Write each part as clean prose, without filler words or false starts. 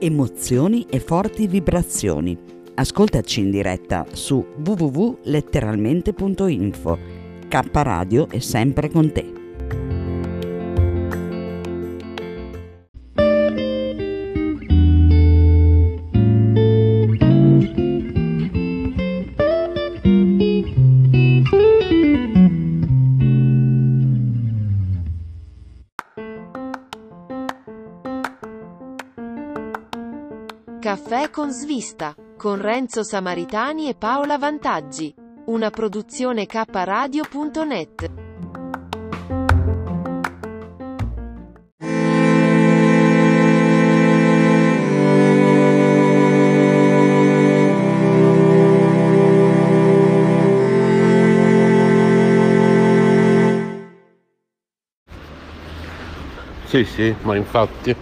emozioni e forti vibrazioni. Ascoltaci in diretta su www.letteralmente.info. K Radio è sempre con te. Caffè con svista, con Renzo Samaritani e Paola Vantaggi. Una produzione kradio.net. Sì, ma infatti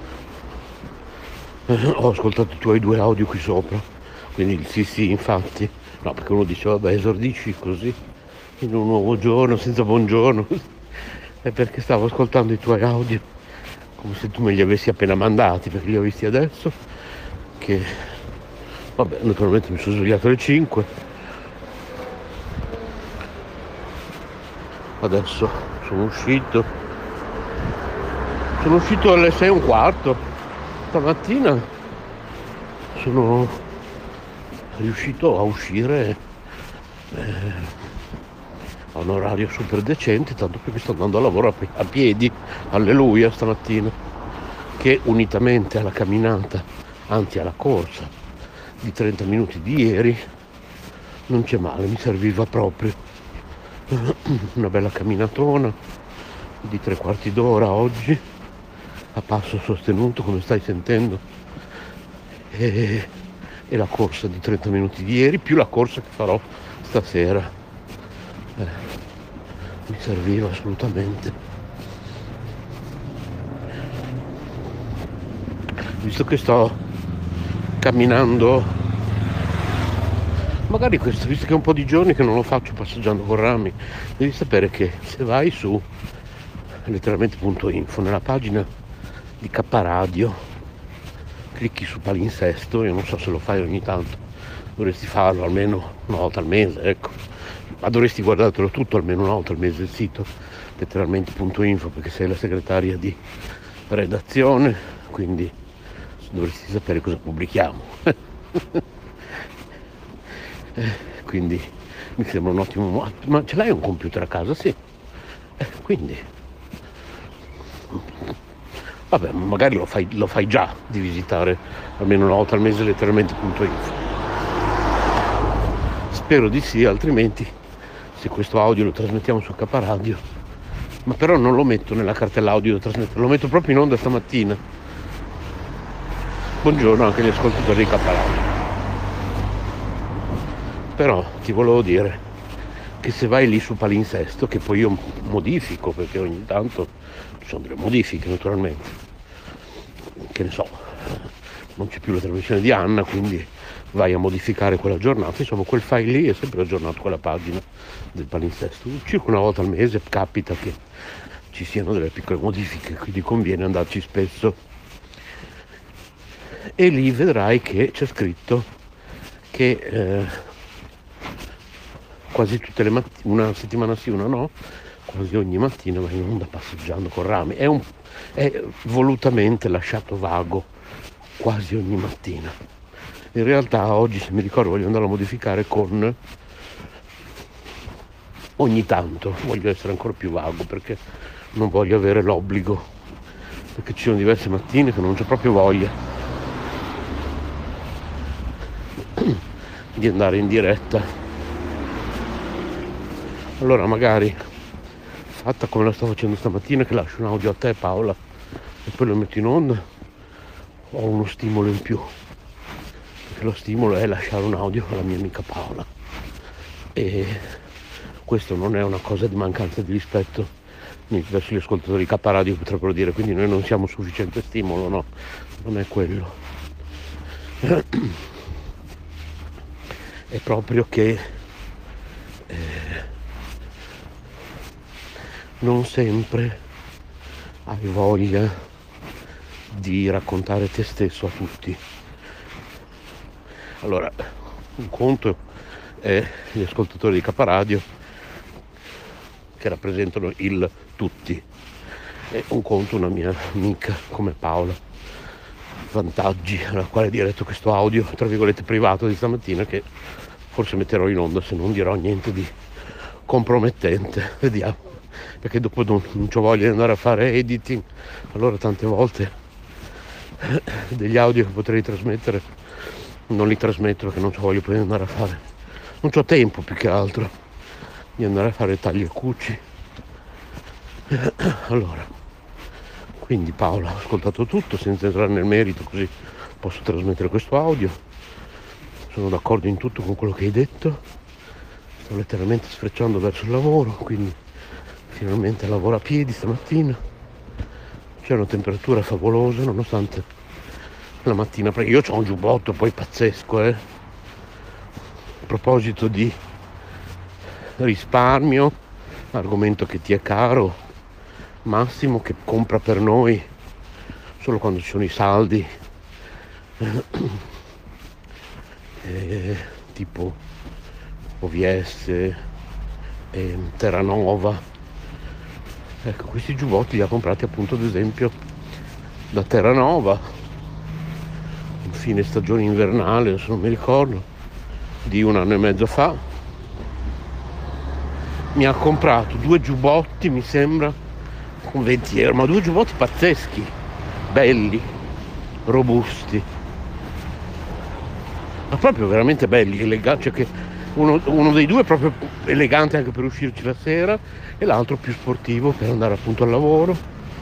ho ascoltato i tuoi 2 audio qui sopra, quindi sì, infatti, no, perché uno dice vabbè, esordisci così in un nuovo giorno senza buongiorno, è perché stavo ascoltando i tuoi audio come se tu me li avessi appena mandati, perché li ho visti adesso, che vabbè, naturalmente mi sono svegliato alle 5, adesso sono uscito alle 6:15. Stamattina sono riuscito a uscire a un orario super decente, tanto che mi sto andando a lavoro a piedi, alleluia, stamattina, che unitamente alla camminata, anzi alla corsa di 30 minuti di ieri, non c'è male, mi serviva proprio una bella camminatona di 3/4 d'ora oggi, a passo sostenuto, come stai sentendo, e la corsa di 30 minuti di ieri più la corsa che farò stasera, mi serviva assolutamente, visto che sto camminando, magari questo, visto che è un po' di giorni che non lo faccio passeggiando con Rami, devi sapere che se vai su letteralmente.info, nella pagina di K Radio, clicchi su palinsesto, io non so se lo fai ogni tanto, dovresti farlo almeno una volta al mese, ecco, ma dovresti guardartelo tutto almeno una volta al mese, il sito letteralmente.info, perché sei la segretaria di redazione, quindi dovresti sapere cosa pubblichiamo. Quindi mi sembra un ottimo, ma ce l'hai un computer a casa? Sì, quindi vabbè, magari lo fai già di visitare almeno una volta al mese letteralmente.info. Spero di sì, altrimenti se questo audio lo trasmettiamo su K Radio, ma però non lo metto nella cartella audio da trasmettere, lo metto proprio in onda stamattina. Buongiorno anche agli ascoltatori di K Radio. Però ti volevo dire che se vai lì su palinsesto, che poi io modifico, perché ogni tanto ci sono delle modifiche naturalmente, che ne so, non c'è più la trasmissione di Anna, quindi vai a modificare quella giornata, insomma quel file lì è sempre aggiornato, quella pagina del palinsesto, circa una volta al mese capita che ci siano delle piccole modifiche, quindi conviene andarci spesso, e lì vedrai che c'è scritto che quasi tutte le mattine, una settimana sì, una no, quasi ogni mattina vai in onda passeggiando con Rami, è volutamente lasciato vago, quasi ogni mattina. In realtà oggi, se mi ricordo, voglio andare a modificare con ogni tanto, voglio essere ancora più vago, perché non voglio avere l'obbligo, perché ci sono diverse mattine che non c'ho proprio voglia di andare in diretta. Allora magari, fatta come la sto facendo stamattina, che lascio un audio a te, Paola, e poi lo metto in onda, ho uno stimolo in più, perché lo stimolo è lasciare un audio alla mia amica Paola, e questo non è una cosa di mancanza di rispetto verso gli ascoltatori K Radio, potrebbero dire, quindi noi non siamo sufficiente stimolo, no, non è quello, è proprio che non sempre hai voglia di raccontare te stesso a tutti. Allora, un conto è gli ascoltatori di K-Radio che rappresentano il tutti, e un conto una mia amica come Paola Vantaggi, alla quale ho diretto questo audio tra virgolette privato di stamattina, che forse metterò in onda se non dirò niente di compromettente, vediamo, perché dopo non c'ho voglia di andare a fare editing, allora tante volte degli audio che potrei trasmettere non li trasmetto perché non c'ho voglia poi di andare a fare, non c'ho tempo più che altro di andare a fare tagli e cuci. Allora, quindi Paola, ho ascoltato tutto senza entrare nel merito, così posso trasmettere questo audio. Sono d'accordo in tutto con quello che hai detto, sto letteralmente sfrecciando verso il lavoro, quindi finalmente lavoro a piedi stamattina, c'è una temperatura favolosa nonostante la mattina, perché io ho un giubbotto poi pazzesco, a proposito di risparmio, argomento che ti è caro Massimo, che compra per noi solo quando ci sono i saldi, tipo OVS, Terranova. Ecco, questi giubbotti li ha comprati appunto ad esempio da Terranova in fine stagione invernale, adesso non mi ricordo, di 1 anno e mezzo fa. Mi ha comprato 2 giubbotti, mi sembra, con 20 euro, ma 2 giubbotti pazzeschi, belli, robusti, ma proprio veramente belli, eleganti, cioè che uno dei 2 è proprio elegante anche per uscirci la sera e l'altro più sportivo per andare appunto al lavoro,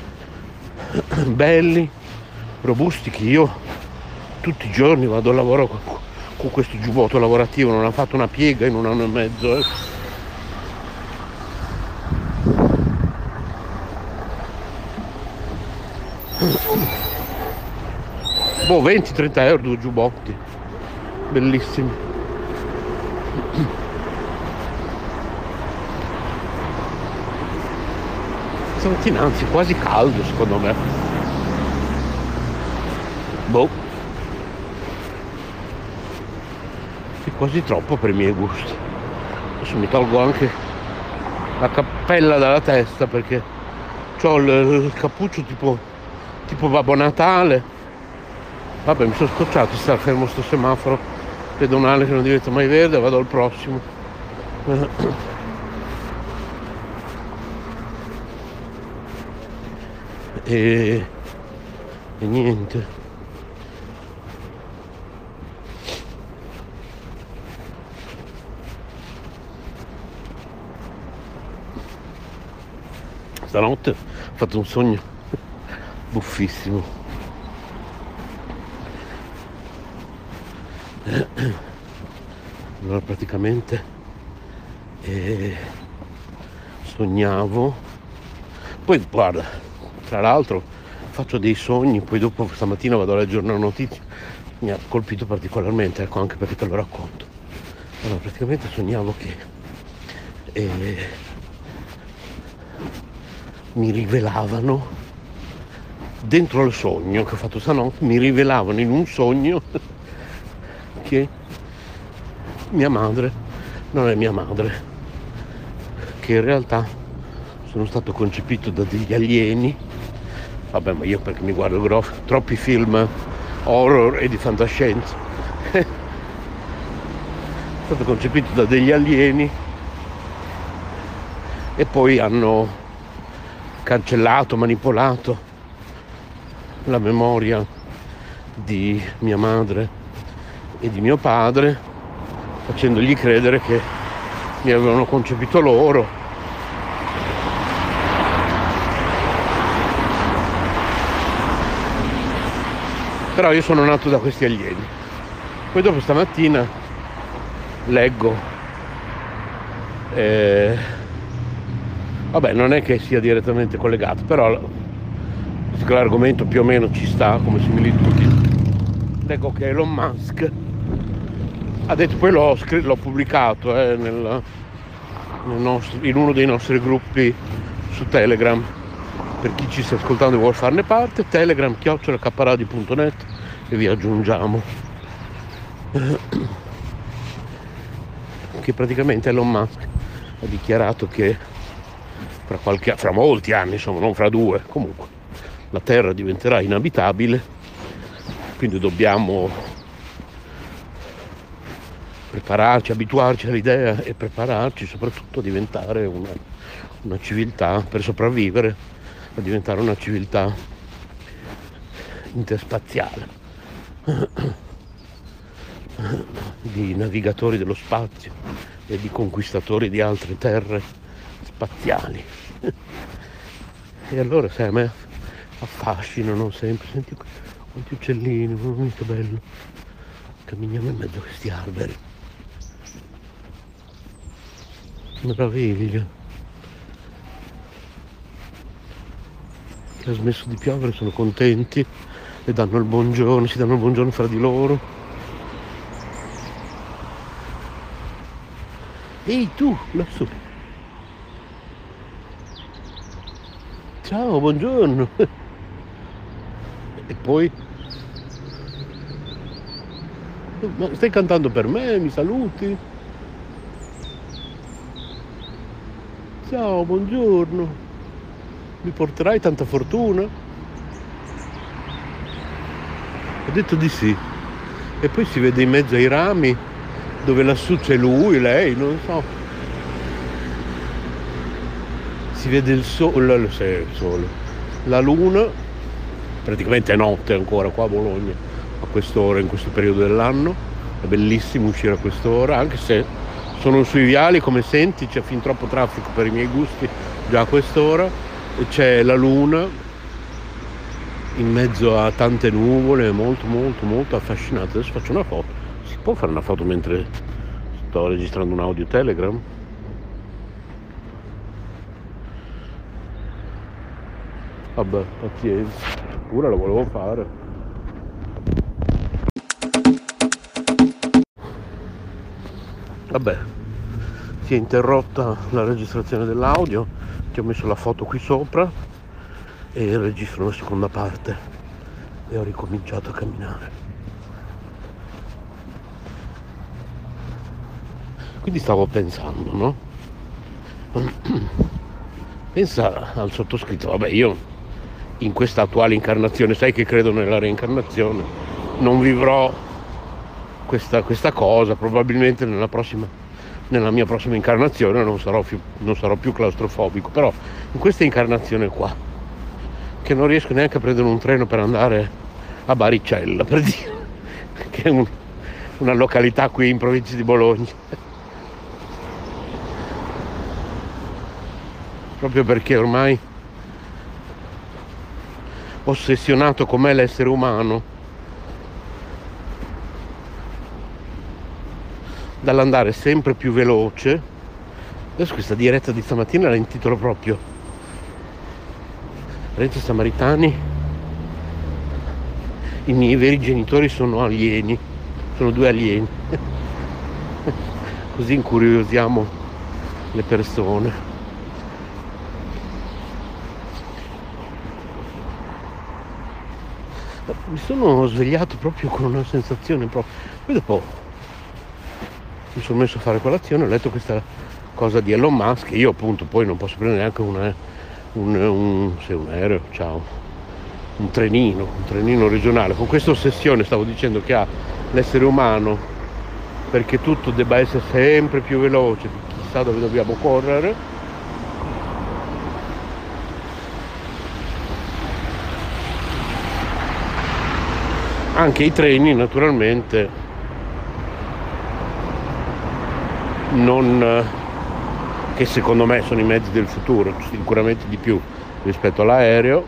belli, robusti, che io tutti i giorni vado al lavoro con questo giubbotto lavorativo, non ha fatto una piega in 1 anno e mezzo, Boh, 20-30 euro 2 giubbotti bellissimi. Stamattina anzi quasi caldo secondo me, boh, è quasi troppo per i miei gusti. Adesso mi tolgo anche la cappella dalla testa perché ho il cappuccio tipo Babbo Natale. Vabbè, mi sono scocciato di stare fermo sto semaforo pedonale che non diventa mai verde, vado al prossimo. E niente. Stanotte ho fatto un sogno buffissimo. Allora praticamente sognavo, poi guarda, tra l'altro faccio dei sogni, poi dopo stamattina vado a leggere una notizia, mi ha colpito particolarmente, ecco, anche perché te lo racconto. Allora praticamente sognavo che mi rivelavano dentro il sogno che ho fatto stanotte, mi rivelavano in un sogno che mia madre non è mia madre, che in realtà sono stato concepito da degli alieni. Vabbè, ma io perché mi guardo troppi film horror e di fantascienza. Sono stato concepito da degli alieni e poi hanno cancellato, manipolato la memoria di mia madre e di mio padre, facendogli credere che mi avevano concepito loro. Però io sono nato da questi alieni. Poi dopo stamattina leggo, vabbè, non è che sia direttamente collegato, però l'argomento più o meno ci sta come similitudine. Leggo che Elon Musk ha detto, poi l'ho pubblicato in uno dei nostri gruppi su Telegram, Per chi ci sta ascoltando e vuole farne parte, Telegram @capradio.net e vi aggiungiamo. Che praticamente Elon Musk ha dichiarato che fra molti anni, insomma, non fra 2, comunque la Terra diventerà inabitabile, quindi dobbiamo prepararci, abituarci all'idea e prepararci soprattutto a diventare una civiltà, per sopravvivere, a diventare una civiltà interspaziale, di navigatori dello spazio e di conquistatori di altre terre spaziali. E allora, sai, a me affascinano sempre. Senti quanti uccellini, che bello. Camminiamo in mezzo a questi alberi. Meraviglia. Che ha smesso di piovere, sono contenti e danno il buongiorno, si danno il buongiorno fra di loro. Ehi tu, lassù. Ciao, buongiorno. E poi? Ma stai cantando per me? Mi saluti? Ciao, buongiorno. Mi porterai tanta fortuna? Ho detto di sì. E poi si vede in mezzo ai rami, dove lassù c'è lui, lei, non so. Si vede il sole, la luna, praticamente è notte ancora qua a Bologna, a quest'ora, in questo periodo dell'anno. È bellissimo uscire a quest'ora, anche se sono sui viali, come senti, c'è fin troppo traffico per i miei gusti già a quest'ora. E c'è la luna in mezzo a tante nuvole, molto molto molto affascinante. Adesso faccio una foto. Si può fare una foto mentre sto registrando un audio Telegram? Vabbè, pazienza, pure la volevo fare. Vabbè, si è interrotta la registrazione dell'audio, ti ho messo la foto qui sopra e registro la seconda parte e ho ricominciato a camminare. Quindi stavo pensando, no? Pensa al sottoscritto, vabbè, io in questa attuale incarnazione, sai che credo nella reincarnazione, non vivrò questa cosa, probabilmente nella mia prossima incarnazione non sarò più claustrofobico, però in questa incarnazione qua, che non riesco neanche a prendere un treno per andare a Baricella, per dire, che è una località qui in provincia di Bologna, proprio perché ormai ossessionato com'è l'essere umano dall'andare sempre più veloce. Adesso questa diretta di stamattina la intitolo proprio Renzo Samaritani, i miei veri genitori sono alieni, sono 2 alieni. Così incuriosiamo le persone. Mi sono svegliato proprio con una sensazione proprio. Poi dopo mi sono messo a fare colazione, ho letto questa cosa di Elon Musk, e io appunto poi non posso prendere neanche un aereo, un trenino regionale, con questa ossessione, stavo dicendo, che ha l'essere umano, perché tutto debba essere sempre più veloce, chissà dove dobbiamo correre. Anche i treni, naturalmente, che secondo me sono i mezzi del futuro, sicuramente di più rispetto all'aereo,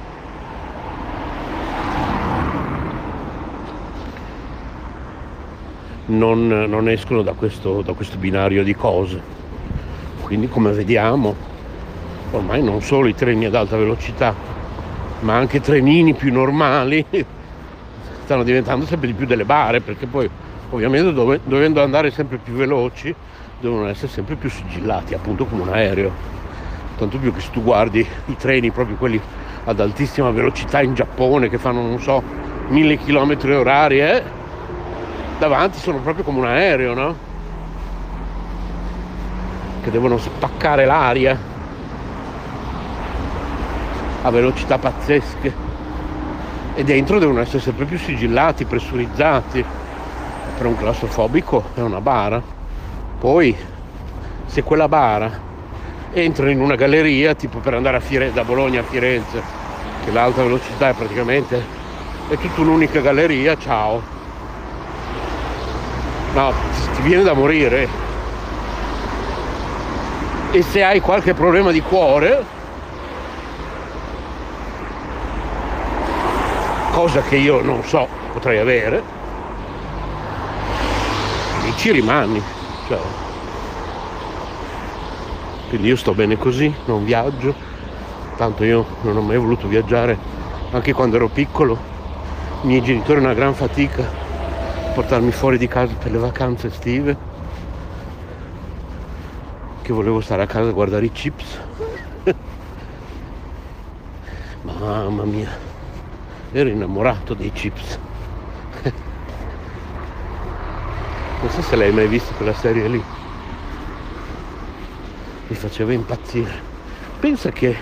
non escono da questo binario di cose. Quindi, come vediamo, ormai non solo i treni ad alta velocità, ma anche trenini più normali stanno diventando sempre di più delle bare, perché poi ovviamente dovendo andare sempre più veloci devono essere sempre più sigillati, appunto come un aereo. tanto più che se tu guardi i treni, proprio quelli ad altissima velocità in Giappone, che fanno, non so, 1000 km/h, davanti sono proprio come un aereo, no? Che devono spaccare l'aria a velocità pazzesche, e dentro devono essere sempre più sigillati, pressurizzati. Per un claustrofobico è una bara. Poi se quella bara entra in una galleria, tipo per andare da Bologna a Firenze, che l'alta velocità è praticamente tutta un'unica galleria, ciao, no, ti viene da morire. E se hai qualche problema di cuore, cosa che io non so, potrei avere, e ci rimani, cioè. Quindi io sto bene così, non viaggio, tanto io non ho mai voluto viaggiare, anche quando ero piccolo. I miei genitori una gran fatica a portarmi fuori di casa per le vacanze estive, che volevo stare a casa a guardare i chips. Mamma mia, ero innamorato dei chips. Non so se l'hai mai visto quella serie lì, mi faceva impazzire. Pensa che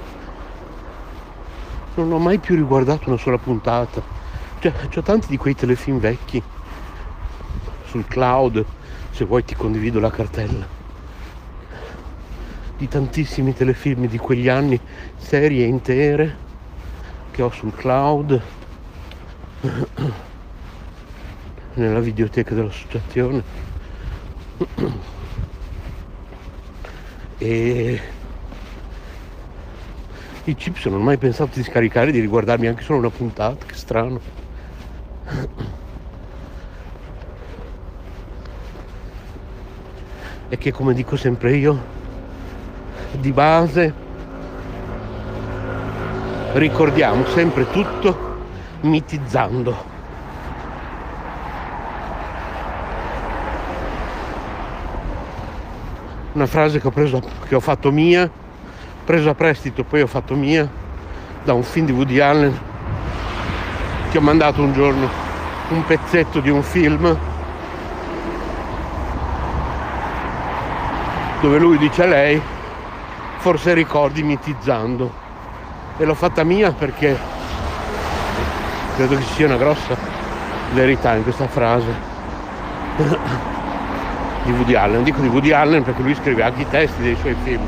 non ho mai più riguardato una sola puntata. Cioè, c'ho tanti di quei telefilm vecchi sul cloud, se vuoi ti condivido la cartella di tantissimi telefilm di quegli anni, serie intere che ho sul cloud nella videoteca dell'associazione. E i chips non ho mai pensato di scaricare, di riguardarmi anche solo una puntata, che strano. E che, come dico sempre io, di base ricordiamo sempre tutto mitizzando. Una frase che ho fatto mia, preso a prestito, poi ho fatto mia da un film di Woody Allen. Ti ho mandato un giorno un pezzetto di un film dove lui dice a lei: forse ricordi mitizzando. E l'ho fatta mia perché credo che ci sia una grossa verità in questa frase di Woody Allen. Dico di Woody Allen perché lui scrive anche i testi dei suoi film.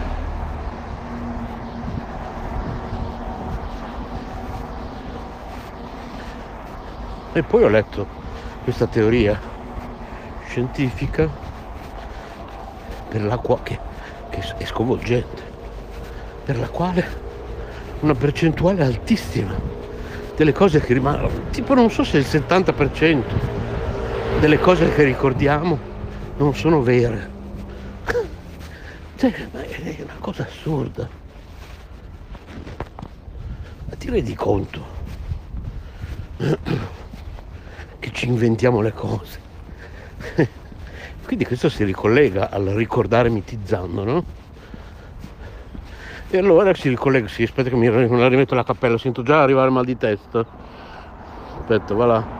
E poi ho letto questa teoria scientifica per la che è sconvolgente, per la quale una percentuale altissima delle cose che rimangono, tipo non so se il 70% delle cose che ricordiamo non sono vere. Cioè, ma è una cosa assurda. Ma ti rendi conto che ci inventiamo le cose? Quindi questo si ricollega al ricordare mitizzando, no? E allora si ricollega, sì, aspetta che mi rimetto la cappella, sento già arrivare mal di testa. Aspetta, va là.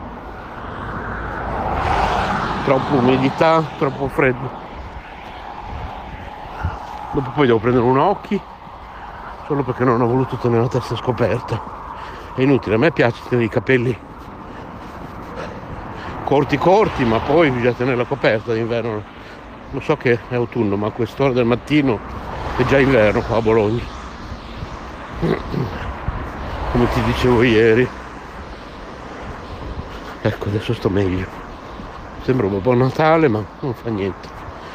Troppo umidità, troppo freddo. Dopo poi devo prendere un occhi, solo perché non ho voluto tenere la testa scoperta. È inutile, a me piace tenere i capelli corti, ma poi bisogna tenerla coperta d'inverno. Lo so che è autunno, ma a quest'ora del mattino è già inverno qua a Bologna. Come ti dicevo ieri. Ecco, adesso sto meglio. Sembra un po' Natale, ma non fa niente.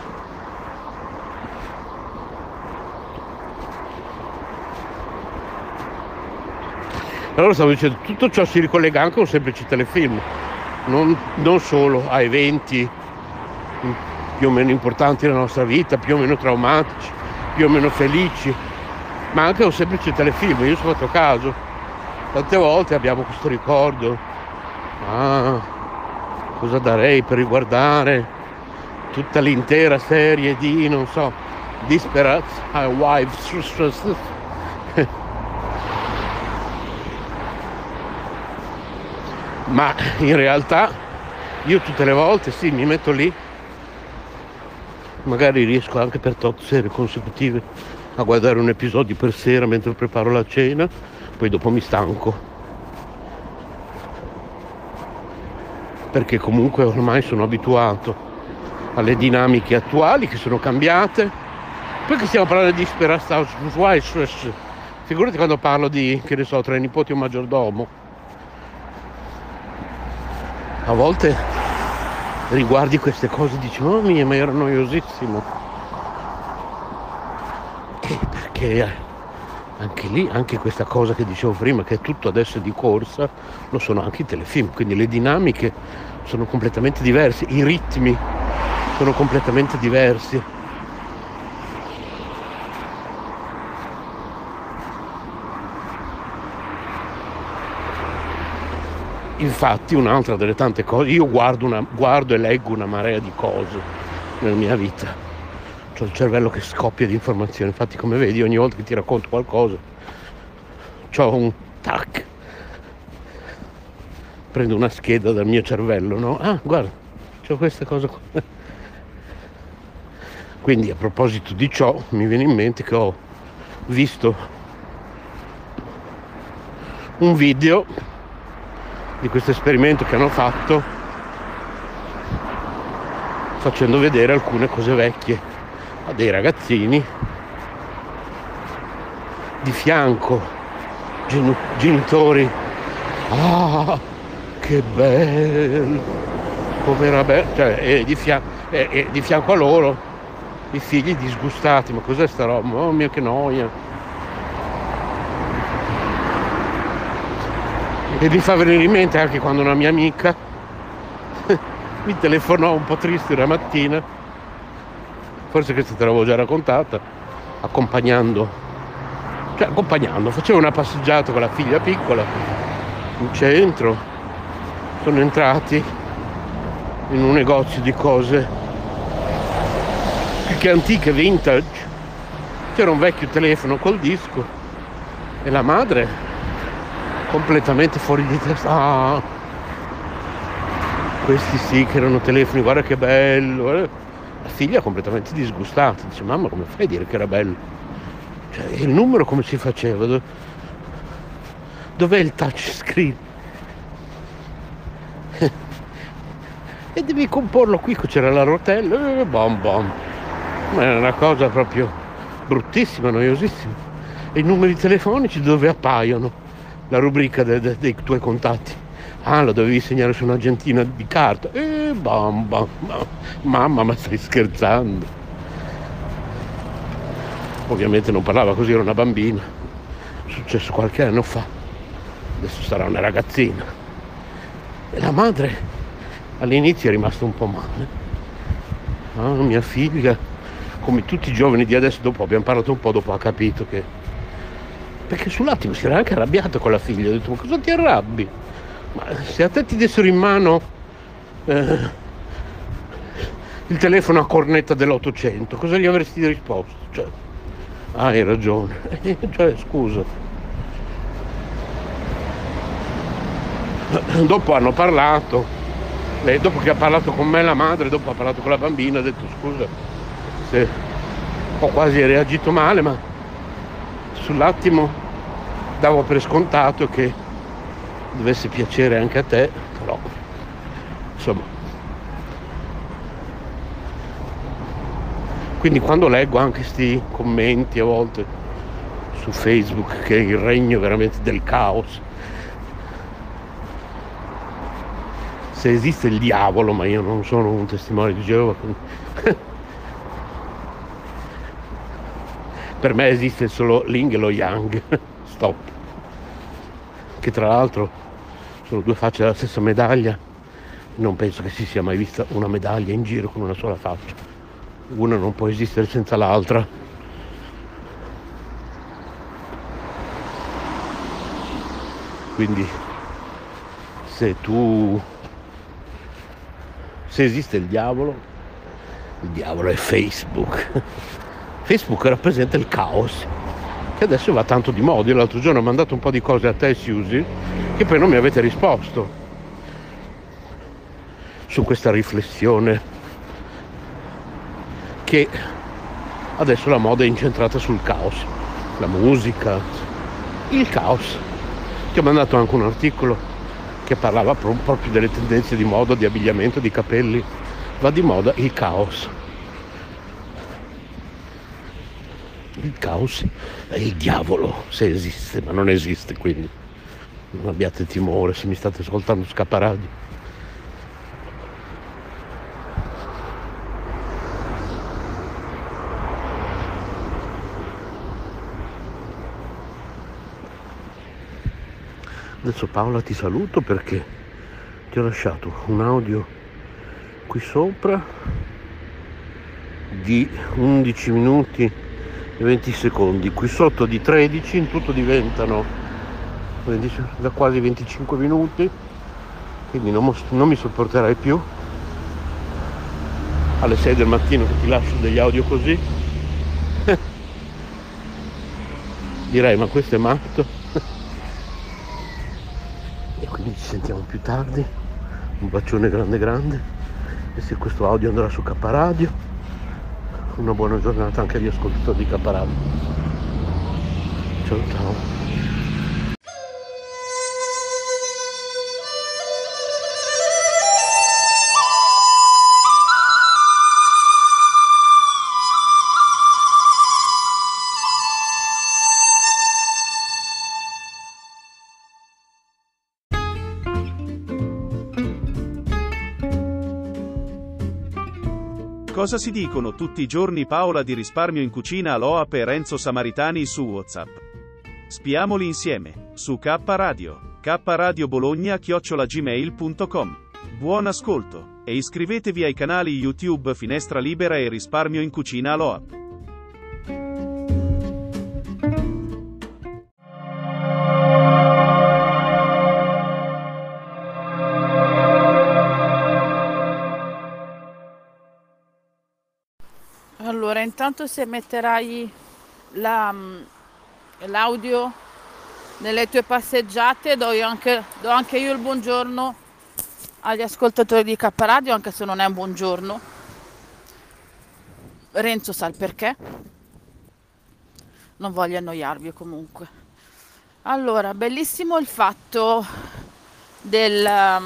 Allora stavo dicendo, tutto ciò si ricollega anche a un semplice telefilm, non solo a eventi più o meno importanti nella nostra vita, più o meno traumatici, più o meno felici, ma anche a un semplice telefilm. Io ci ho fatto caso, tante volte abbiamo questo ricordo: cosa darei per riguardare tutta l'intera serie di, non so, Disperate Housewives. Ma in realtà io tutte le volte sì, mi metto lì, magari riesco anche per 8 serie consecutive a guardare un episodio per sera mentre preparo la cena, poi dopo mi stanco, perché comunque ormai sono abituato alle dinamiche attuali che sono cambiate. Poi che stiamo parlando di Disperate Housewives, figurati quando parlo di, che ne so, 3 nipoti e un maggiordomo. A volte riguardi queste cose e dici, oh mia, ma era noiosissimo. Perché anche lì, anche questa cosa che dicevo prima, che tutto adesso è di corsa, lo sono anche i telefilm, quindi le dinamiche sono completamente diverse, i ritmi sono completamente diversi. Infatti un'altra delle tante cose, io guardo e leggo una marea di cose nella mia vita, c'ho il cervello che scoppia di informazioni, infatti come vedi ogni volta che ti racconto qualcosa c'ho un tac, prendo una scheda dal mio cervello, no? Ah, guarda, c'ho questa cosa qua. Quindi a proposito di ciò mi viene in mente che ho visto un video di questo esperimento che hanno fatto facendo vedere alcune cose vecchie a dei ragazzini, di fianco genitori, ah che bello, come era bello, cioè, e di fianco a loro i figli disgustati, ma cos'è sta roba, oh mio che noia. E mi fa venire in mente anche quando una mia amica mi telefonò un po' triste una mattina, forse questa te l'avevo già raccontata, accompagnando, facevo una passeggiata con la figlia piccola in centro, sono entrati in un negozio di cose più che antiche, vintage, c'era un vecchio telefono col disco e la madre completamente fuori di testa. Ah, questi sì che erano telefoni, guarda che bello. La figlia completamente disgustata, dice mamma come fai a dire che era bello, cioè il numero come si faceva, dov'è il touchscreen? E devi comporlo qui, c'era la rotella, bom bom, ma era una cosa proprio bruttissima, noiosissima. E i numeri telefonici dove appaiono? La rubrica dei tuoi contatti, ah, lo dovevi segnare su un'agentina di carta, bam, bam, bam. Mamma, ma stai scherzando? Ovviamente non parlava così, era una bambina, è successo qualche anno fa, adesso sarà una ragazzina. E la madre all'inizio è rimasta un po' male, ah, mia figlia, come tutti i giovani di adesso, dopo abbiamo parlato un po', dopo ha capito che, perché sull'attimo si era anche arrabbiato con la figlia, ho detto ma cosa ti arrabbi? Ma se a te ti dessero in mano il telefono a cornetta dell'800, cosa gli avresti risposto? Cioè, ah, hai ragione, cioè scusa. Dopo hanno parlato, dopo che ha parlato con me la madre, dopo ha parlato con la bambina, ha detto scusa se ho quasi reagito male, ma sull'attimo davo per scontato che dovesse piacere anche a te, però insomma. Quindi quando leggo anche sti commenti a volte su Facebook che è il regno veramente del caos, se esiste il diavolo, ma io non sono un testimone di Geova, per me esiste solo l'Yin e lo Yang, stop, che tra l'altro sono due facce della stessa medaglia. Non penso che si sia mai vista una medaglia in giro con una sola faccia, una non può esistere senza l'altra. Quindi se esiste il diavolo è Facebook. Facebook rappresenta il caos, che adesso va tanto di moda. Io l'altro giorno ho mandato un po' di cose a te, Suzy, che poi non mi avete risposto su questa riflessione, che adesso la moda è incentrata sul caos, la musica, il caos. Ti ho mandato anche un articolo che parlava proprio delle tendenze di moda, di abbigliamento, di capelli. Va di moda il caos. Il caos è il diavolo, se esiste, ma non esiste, quindi non abbiate timore se mi state ascoltando Scapparadio. Adesso Paola ti saluto perché ti ho lasciato un audio qui sopra di 11 minuti e 20 secondi, qui sotto di 13, in tutto diventano da quasi 25 minuti, quindi non mi sopporterai più alle 6 del mattino che ti lascio degli audio così. Direi, ma questo è matto. E quindi ci sentiamo più tardi. Un bacione grande grande, e se questo audio andrà su K-Radio, una buona giornata anche agli ascoltatori di K-Radio. Ciao ciao. Cosa si dicono tutti i giorni Paola di Risparmio in Cucina all'OAP e Renzo Samaritani su WhatsApp? Spiamoli insieme, su K-Radio, kradiobologna@gmail.com. Buon ascolto, e iscrivetevi ai canali YouTube Finestra Libera e Risparmio in Cucina all'OAP. Allora, intanto se metterai l'audio nelle tue passeggiate, do anche io il buongiorno agli ascoltatori di K-Radio, anche se non è un buongiorno. Renzo sa il perché. Non voglio annoiarvi comunque. Allora, bellissimo il fatto degli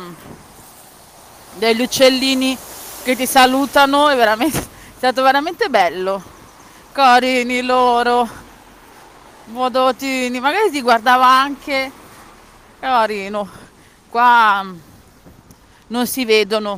uccellini che ti salutano, è stato veramente bello. Carini loro, modotini, magari ti guardava anche. Carino. Qua non si vedono.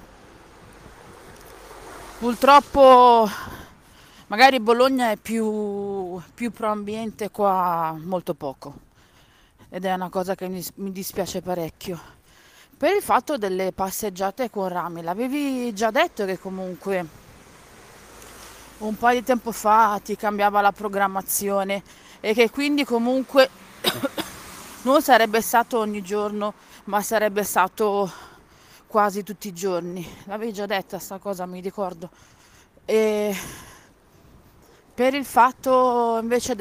Purtroppo magari Bologna è più pro ambiente, qua molto poco. Ed è una cosa che mi dispiace parecchio. Per il fatto delle passeggiate con rami, l'avevi già detto che comunque un po' di tempo fa ti cambiava la programmazione e che quindi comunque non sarebbe stato ogni giorno, ma sarebbe stato quasi tutti i giorni. L'avevi già detta sta cosa, mi ricordo. E per il fatto invece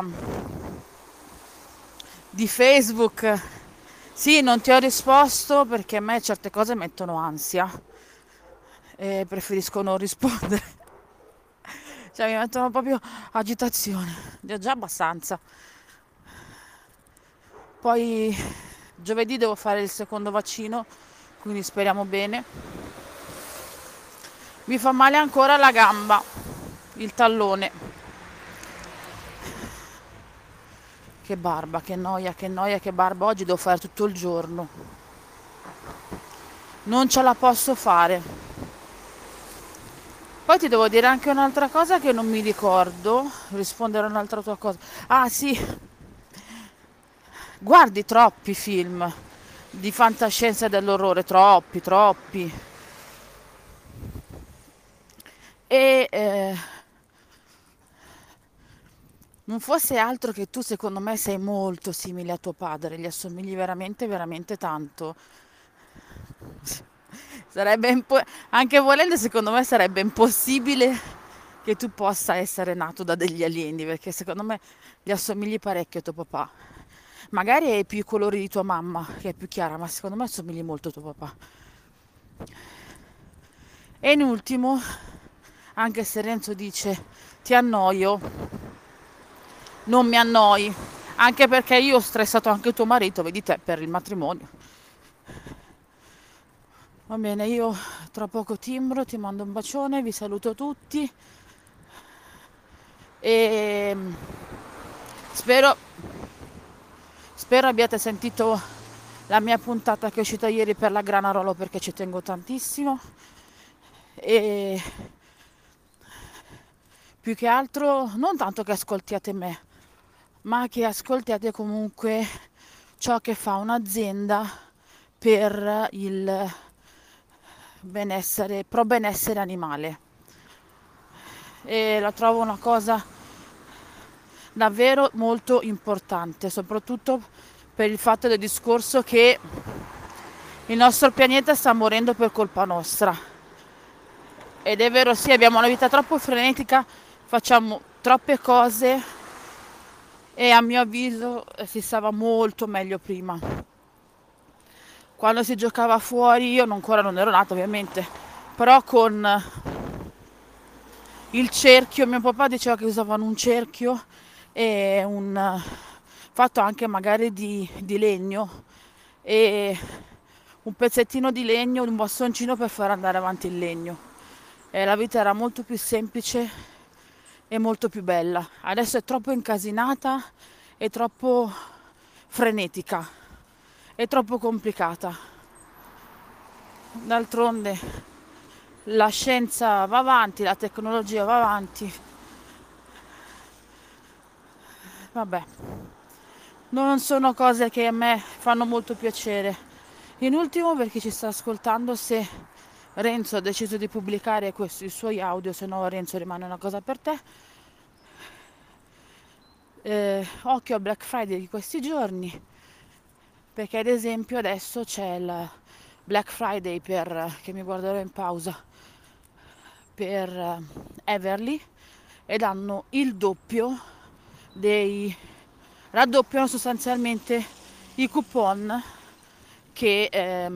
di Facebook, sì, non ti ho risposto perché a me certe cose mettono ansia e preferisco non rispondere. Cioè mi mettono proprio agitazione, già abbastanza. Poi giovedì devo fare il secondo vaccino, quindi speriamo bene. Mi fa male ancora la gamba, il tallone. Che barba, che noia, che barba. Oggi devo fare tutto il giorno. Non ce la posso fare. Poi ti devo dire anche un'altra cosa che non mi ricordo, rispondere a un'altra tua cosa. Ah sì, guardi troppi film di fantascienza e dell'orrore, troppi. E non fosse altro che tu secondo me sei molto simile a tuo padre, gli assomigli veramente, veramente tanto. Sarebbe anche volendo, secondo me sarebbe impossibile che tu possa essere nato da degli alieni, perché secondo me gli assomigli parecchio a tuo papà. Magari hai più i colori di tua mamma, che è più chiara, ma secondo me assomigli molto a tuo papà. E in ultimo, anche se Renzo dice ti annoio, non mi annoi, anche perché io ho stressato anche tuo marito, vedi te, per il matrimonio. Va bene, io tra poco timbro, ti mando un bacione, vi saluto tutti e spero abbiate sentito la mia puntata che è uscita ieri per la Granarolo, perché ci tengo tantissimo. E più che altro non tanto che ascoltiate me, ma che ascoltiate comunque ciò che fa un'azienda per il benessere, pro benessere animale. E la trovo una cosa davvero molto importante, soprattutto per il fatto del discorso che il nostro pianeta sta morendo per colpa nostra. Ed è vero, sì, abbiamo una vita troppo frenetica, facciamo troppe cose e a mio avviso si stava molto meglio prima. Quando si giocava fuori, io ancora non ero nata ovviamente, però con il cerchio, mio papà diceva che usavano un cerchio e un fatto anche magari di legno e un pezzettino di legno, un bastoncino per far andare avanti il legno. E la vita era molto più semplice e molto più bella. Adesso è troppo incasinata, è troppo frenetica, è troppo complicata. D'altronde la scienza va avanti, la tecnologia va avanti. Vabbè, non sono cose che a me fanno molto piacere. In ultimo, per chi ci sta ascoltando, se Renzo ha deciso di pubblicare i suoi audio, se no Renzo rimane una cosa per te. Occhio al Black Friday di questi giorni, perché ad esempio adesso c'è il Black Friday che mi guarderò in pausa per Everly, e danno il doppio raddoppiano sostanzialmente i coupon che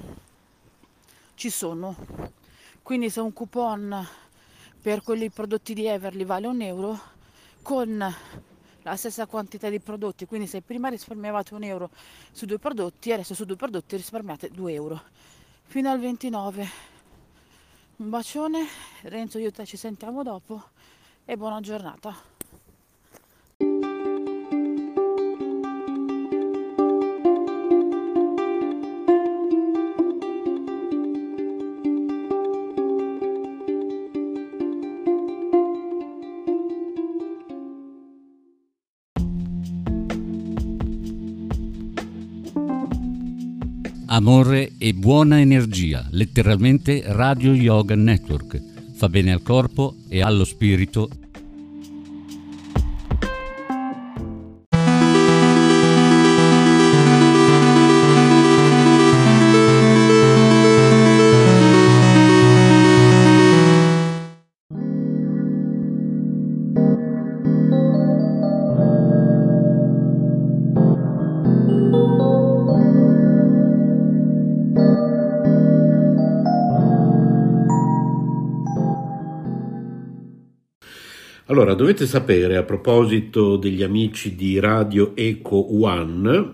ci sono. Quindi se un coupon per quelli prodotti di Everly vale €1, con la stessa quantità di prodotti, quindi se prima risparmiavate €1 su 2 prodotti, adesso su 2 prodotti risparmiate €2 fino al 29. Un bacione, Renzo, io e te ci sentiamo dopo e buona giornata. Amore e buona energia, letteralmente Radio Yoga Network. Fa bene al corpo e allo spirito. Allora, dovete sapere, a proposito degli amici di Radio Eco One,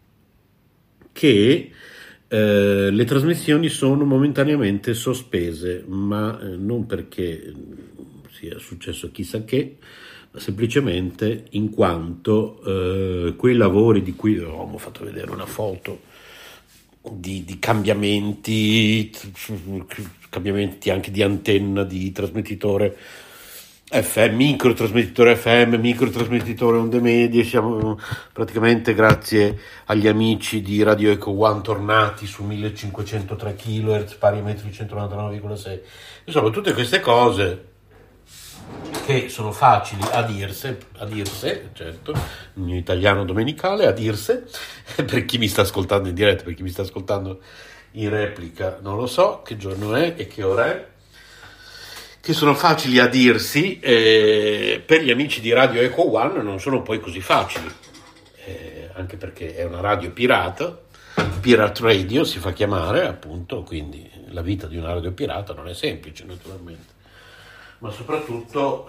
che le trasmissioni sono momentaneamente sospese, ma non perché sia successo chissà che, ma semplicemente in quanto quei lavori di cui avevamo fatto vedere una foto di cambiamenti anche di antenna, di trasmettitore FM, microtrasmettitore FM, microtrasmettitore onde medie, siamo praticamente, grazie agli amici di Radio Eco One, tornati su 1503 kHz, pari a metri 199,6. Insomma, tutte queste cose che sono facili a dirse, certo, in italiano domenicale, a dirse, per chi mi sta ascoltando in diretta, per chi mi sta ascoltando in replica, non lo so che giorno è e che ora è, che sono facili a dirsi, per gli amici di Radio Eco One non sono poi così facili, anche perché è una radio pirata, Pirate Radio si fa chiamare, appunto, quindi la vita di una radio pirata non è semplice, naturalmente, ma soprattutto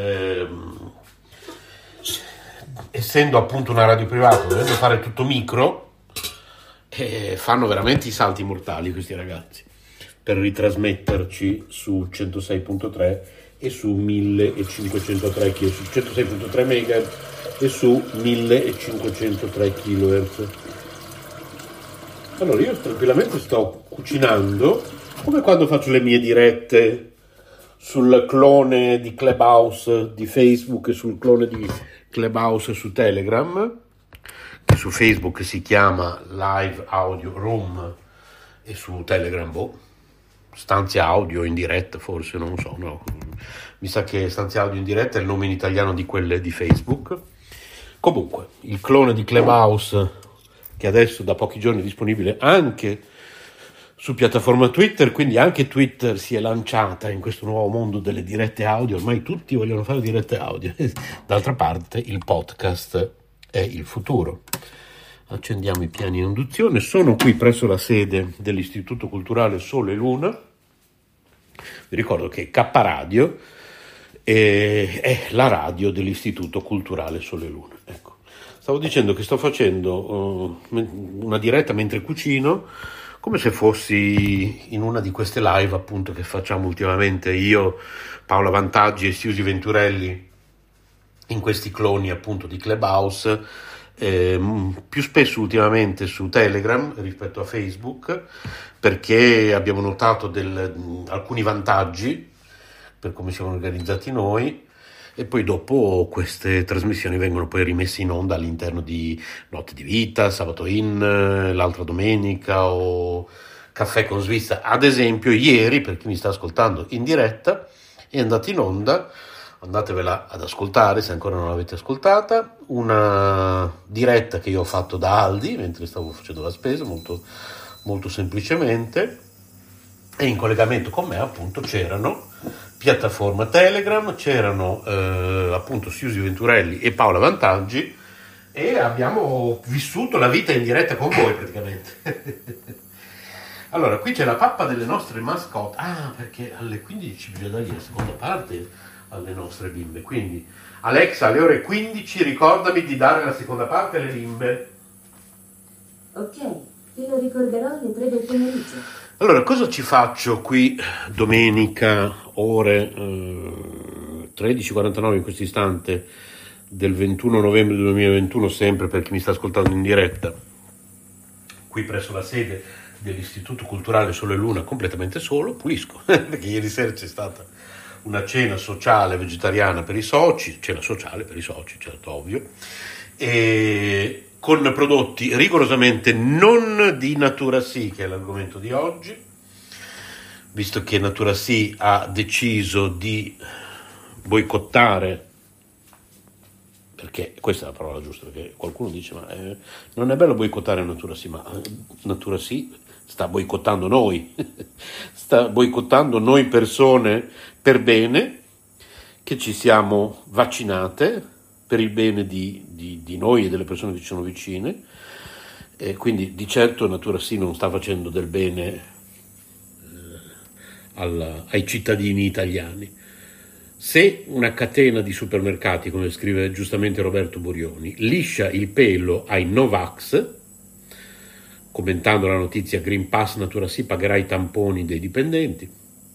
essendo appunto una radio privata, dovendo fare tutto micro, fanno veramente i salti mortali questi ragazzi per ritrasmetterci su 106.3 e su 1503 kHz, su 106.3 MHz e su 1503 kHz. Allora io tranquillamente sto cucinando, come quando faccio le mie dirette sul clone di Clubhouse di Facebook e sul clone di Clubhouse su Telegram, che su Facebook si chiama Live Audio Room e su Telegram Stanzia Audio in diretta, forse, non so, no. Mi sa che Stanzia Audio in diretta è il nome in italiano di quelle di Facebook. Comunque, il clone di Clubhouse, che adesso da pochi giorni è disponibile anche su piattaforma Twitter, quindi anche Twitter si è lanciata in questo nuovo mondo delle dirette audio, ormai tutti vogliono fare dirette audio. D'altra parte il podcast è il futuro. Accendiamo i piani in induzione, sono qui presso la sede dell'Istituto Culturale Sole e Luna. Vi ricordo che K Radio è la radio dell'Istituto Culturale Sole e Luna. Ecco. Stavo dicendo che sto facendo una diretta mentre cucino, come se fossi in una di queste live appunto che facciamo ultimamente io, Paola Vantaggi e Siusi Venturelli, in questi cloni appunto di Clubhouse, più spesso ultimamente su Telegram rispetto a Facebook, perché abbiamo notato alcuni vantaggi per come siamo organizzati noi, e poi dopo queste trasmissioni vengono poi rimesse in onda all'interno di Notte di Vita, Sabato In, l'altra domenica o Caffè con Svizzera. Ad esempio ieri, per chi mi sta ascoltando in diretta, è andata in onda, andatevela ad ascoltare se ancora non l'avete ascoltata, una diretta che io ho fatto da Aldi mentre stavo facendo la spesa, molto, molto semplicemente, e in collegamento con me appunto c'erano piattaforma Telegram, c'erano appunto Siusi Venturelli e Paola Vantaggi, e abbiamo vissuto la vita in diretta con voi praticamente. Allora, qui c'è la pappa delle nostre mascotte, perché alle 15 bisogna dargli la seconda parte alle nostre bimbe, quindi Alexa, alle ore 15 ricordami di dare la seconda parte alle bimbe. Ok, te lo ricorderò alle 3 del pomeriggio. Allora, cosa ci faccio qui domenica, ore 13:49 in questo istante del 21 novembre 2021, sempre per chi mi sta ascoltando in diretta, qui presso la sede dell'Istituto Culturale Sole e Luna, completamente solo, pulisco, perché ieri sera c'è stata una cena sociale vegetariana per i soci, cena sociale per i soci, certo, ovvio, e con prodotti rigorosamente non di Natura Sì, che è l'argomento di oggi, visto che Natura Sì ha deciso di boicottare, perché questa è la parola giusta, perché qualcuno dice ma non è bello boicottare Natura Sì, ma Natura Sì sta boicottando noi, sta boicottando noi persone per bene, che ci siamo vaccinate per il bene di noi e delle persone che ci sono vicine, e quindi di certo Natura Sì non sta facendo del bene ai cittadini italiani. Se una catena di supermercati, come scrive giustamente Roberto Burioni, liscia il pelo ai Novax, commentando la notizia Green Pass Natura Sì pagherà i tamponi dei dipendenti,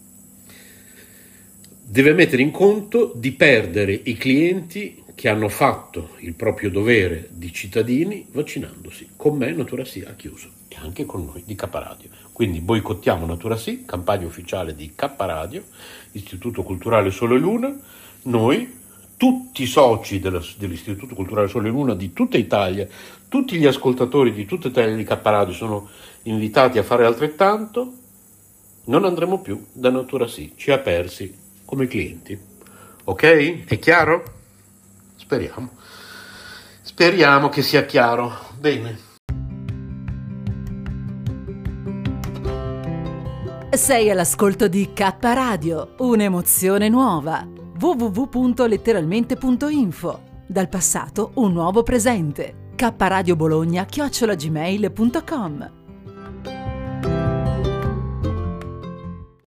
deve mettere in conto di perdere i clienti che hanno fatto il proprio dovere di cittadini vaccinandosi. Con me Natura Sì ha chiuso, e anche con noi di K Radio. Quindi boicottiamo Natura Sì, campagna ufficiale di K Radio, Istituto Culturale Sole e Luna. Noi, tutti i soci dell'Istituto Culturale Sole e Luna di tutta Italia, tutti gli ascoltatori di tutte Italia di K Radio sono invitati a fare altrettanto. Non andremo più da Natura Sì, ci ha persi come clienti. Ok? È chiaro? Speriamo che sia chiaro. Bene. Sei all'ascolto di K Radio, un'emozione nuova. www.letteralmente.info. Dal passato un nuovo presente. kradiobologna@gmail.com